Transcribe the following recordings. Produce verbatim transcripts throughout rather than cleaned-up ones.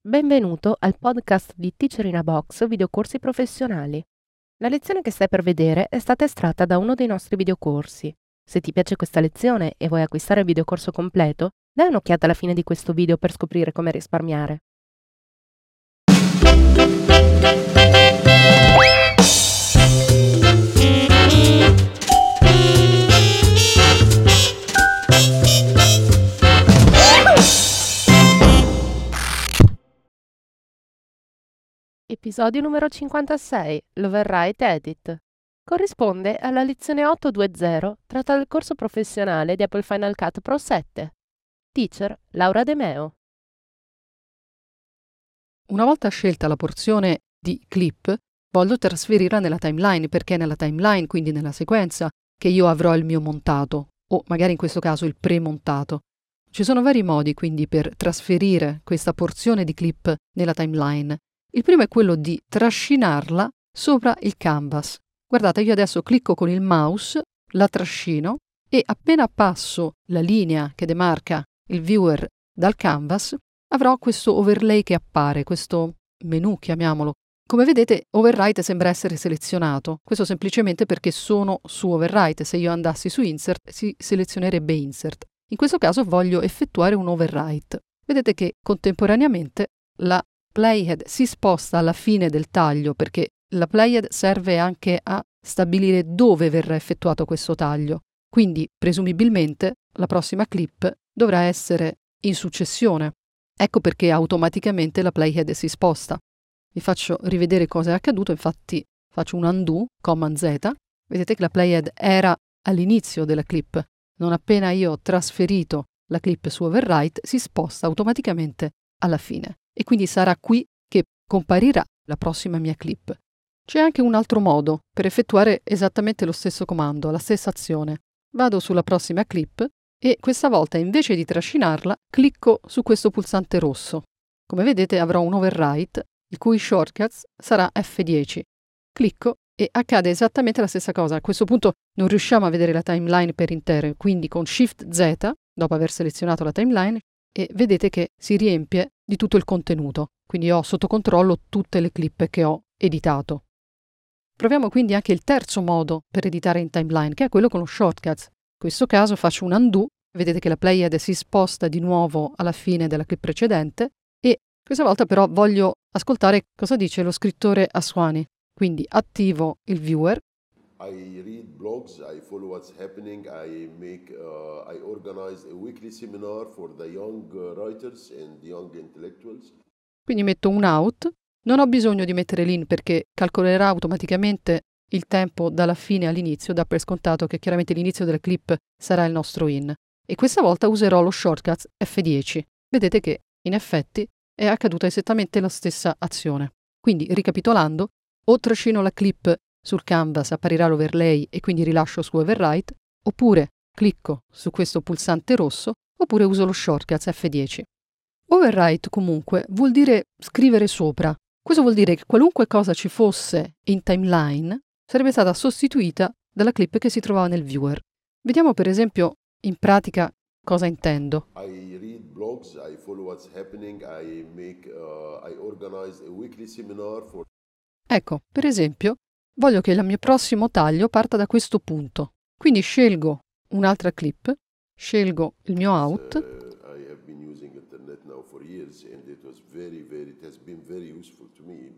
Benvenuto al podcast di Teacher in a Box videocorsi professionali. La lezione che stai per vedere è stata estratta da uno dei nostri videocorsi. Se ti piace questa lezione e vuoi acquistare il videocorso completo, dai un'occhiata alla fine di questo video per scoprire come risparmiare. Episodio numero cinquantasei, l'Overwrite Edit. Corrisponde alla lezione otto punto venti tratta del corso professionale di Apple Final Cut Pro sette. Teacher Laura De Meo. Una volta scelta la porzione di clip, voglio trasferirla nella timeline, perché è nella timeline, quindi nella sequenza, che io avrò il mio montato, o magari in questo caso il premontato. Ci sono vari modi quindi per trasferire questa porzione di clip nella timeline. Il primo è quello di trascinarla sopra il canvas. Guardate, io adesso clicco con il mouse, la trascino e appena passo la linea che demarca il viewer dal canvas, avrò questo overlay che appare, questo menu, chiamiamolo. Come vedete, Overwrite sembra essere selezionato. Questo semplicemente perché sono su Overwrite. Se io andassi su Insert, si selezionerebbe Insert. In questo caso voglio effettuare un Overwrite. Vedete che contemporaneamente la playhead si sposta alla fine del taglio, perché la playhead serve anche a stabilire dove verrà effettuato questo taglio. Quindi, presumibilmente, la prossima clip dovrà essere in successione. Ecco perché automaticamente la playhead si sposta. Vi faccio rivedere cosa è accaduto, infatti faccio un undo, Command Z. Vedete che la playhead era all'inizio della clip. Non appena io ho trasferito la clip su Overwrite, si sposta automaticamente alla fine. E quindi sarà qui che comparirà la prossima mia clip. C'è anche un altro modo per effettuare esattamente lo stesso comando, la stessa azione. Vado sulla prossima clip e questa volta invece di trascinarla clicco su questo pulsante rosso. Come vedete avrò un overwrite il cui shortcut sarà F dieci. Clicco e accade esattamente la stessa cosa. A questo punto non riusciamo a vedere la timeline per intero, quindi con Shift Z, dopo aver selezionato la timeline, e vedete che si riempie di tutto il contenuto, quindi ho sotto controllo tutte le clip che ho editato. Proviamo quindi anche il terzo modo per editare in timeline, che è quello con lo shortcuts. In questo caso faccio un undo, vedete che la playhead si sposta di nuovo alla fine della clip precedente e questa volta però voglio ascoltare cosa dice lo scrittore Aswani, quindi attivo il viewer. I read blogs, I follow what's happening, I make, uh, I organize a weekly seminar for the young uh, writers and the young intellectuals. Quindi metto un out, non ho bisogno di mettere l'in perché calcolerà automaticamente il tempo dalla fine all'inizio, dà per scontato che chiaramente l'inizio della clip sarà il nostro in. E questa volta userò lo shortcut F dieci. Vedete che in effetti è accaduta esattamente la stessa azione. Quindi, ricapitolando, o trascino la clip sul canvas, apparirà l'overlay e quindi rilascio su Overwrite, oppure clicco su questo pulsante rosso, oppure uso lo shortcut F dieci. Overwrite comunque vuol dire scrivere sopra. Questo vuol dire che qualunque cosa ci fosse in timeline sarebbe stata sostituita dalla clip che si trovava nel viewer. Vediamo per esempio in pratica cosa intendo. I read blogs, I follow what's happening, I make, uh, I organize a weekly seminar for... Ecco, per esempio, voglio che il mio prossimo taglio parta da questo punto. Quindi scelgo un'altra clip, scelgo il mio out. Uh, I have been using internet now for years and it was very, very, it has been very useful to me.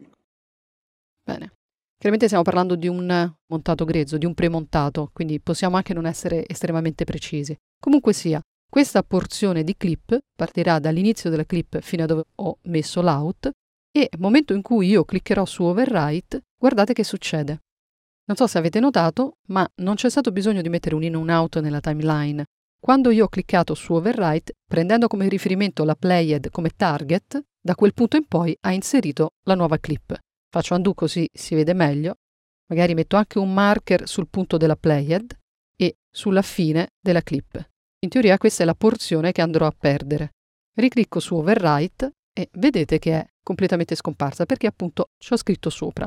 Bene. Chiaramente stiamo parlando di un montato grezzo, di un premontato, quindi possiamo anche non essere estremamente precisi. Comunque sia, questa porzione di clip partirà dall'inizio della clip fino a dove ho messo l'out e nel momento in cui io cliccherò su Overwrite, guardate che succede. Non so se avete notato, ma non c'è stato bisogno di mettere un in e un out nella timeline. Quando io ho cliccato su Overwrite, prendendo come riferimento la playhead come target, da quel punto in poi ha inserito la nuova clip. Faccio undo così si vede meglio. Magari metto anche un marker sul punto della playhead e sulla fine della clip. In teoria questa è la porzione che andrò a perdere. Riclicco su Overwrite e vedete che è completamente scomparsa perché appunto ci ho scritto sopra.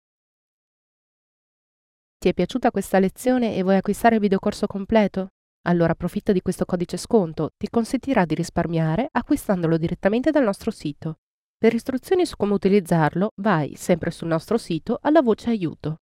Ti è piaciuta questa lezione e vuoi acquistare il videocorso completo? Allora approfitta di questo codice sconto, ti consentirà di risparmiare acquistandolo direttamente dal nostro sito. Per istruzioni su come utilizzarlo, vai sempre sul nostro sito alla voce aiuto.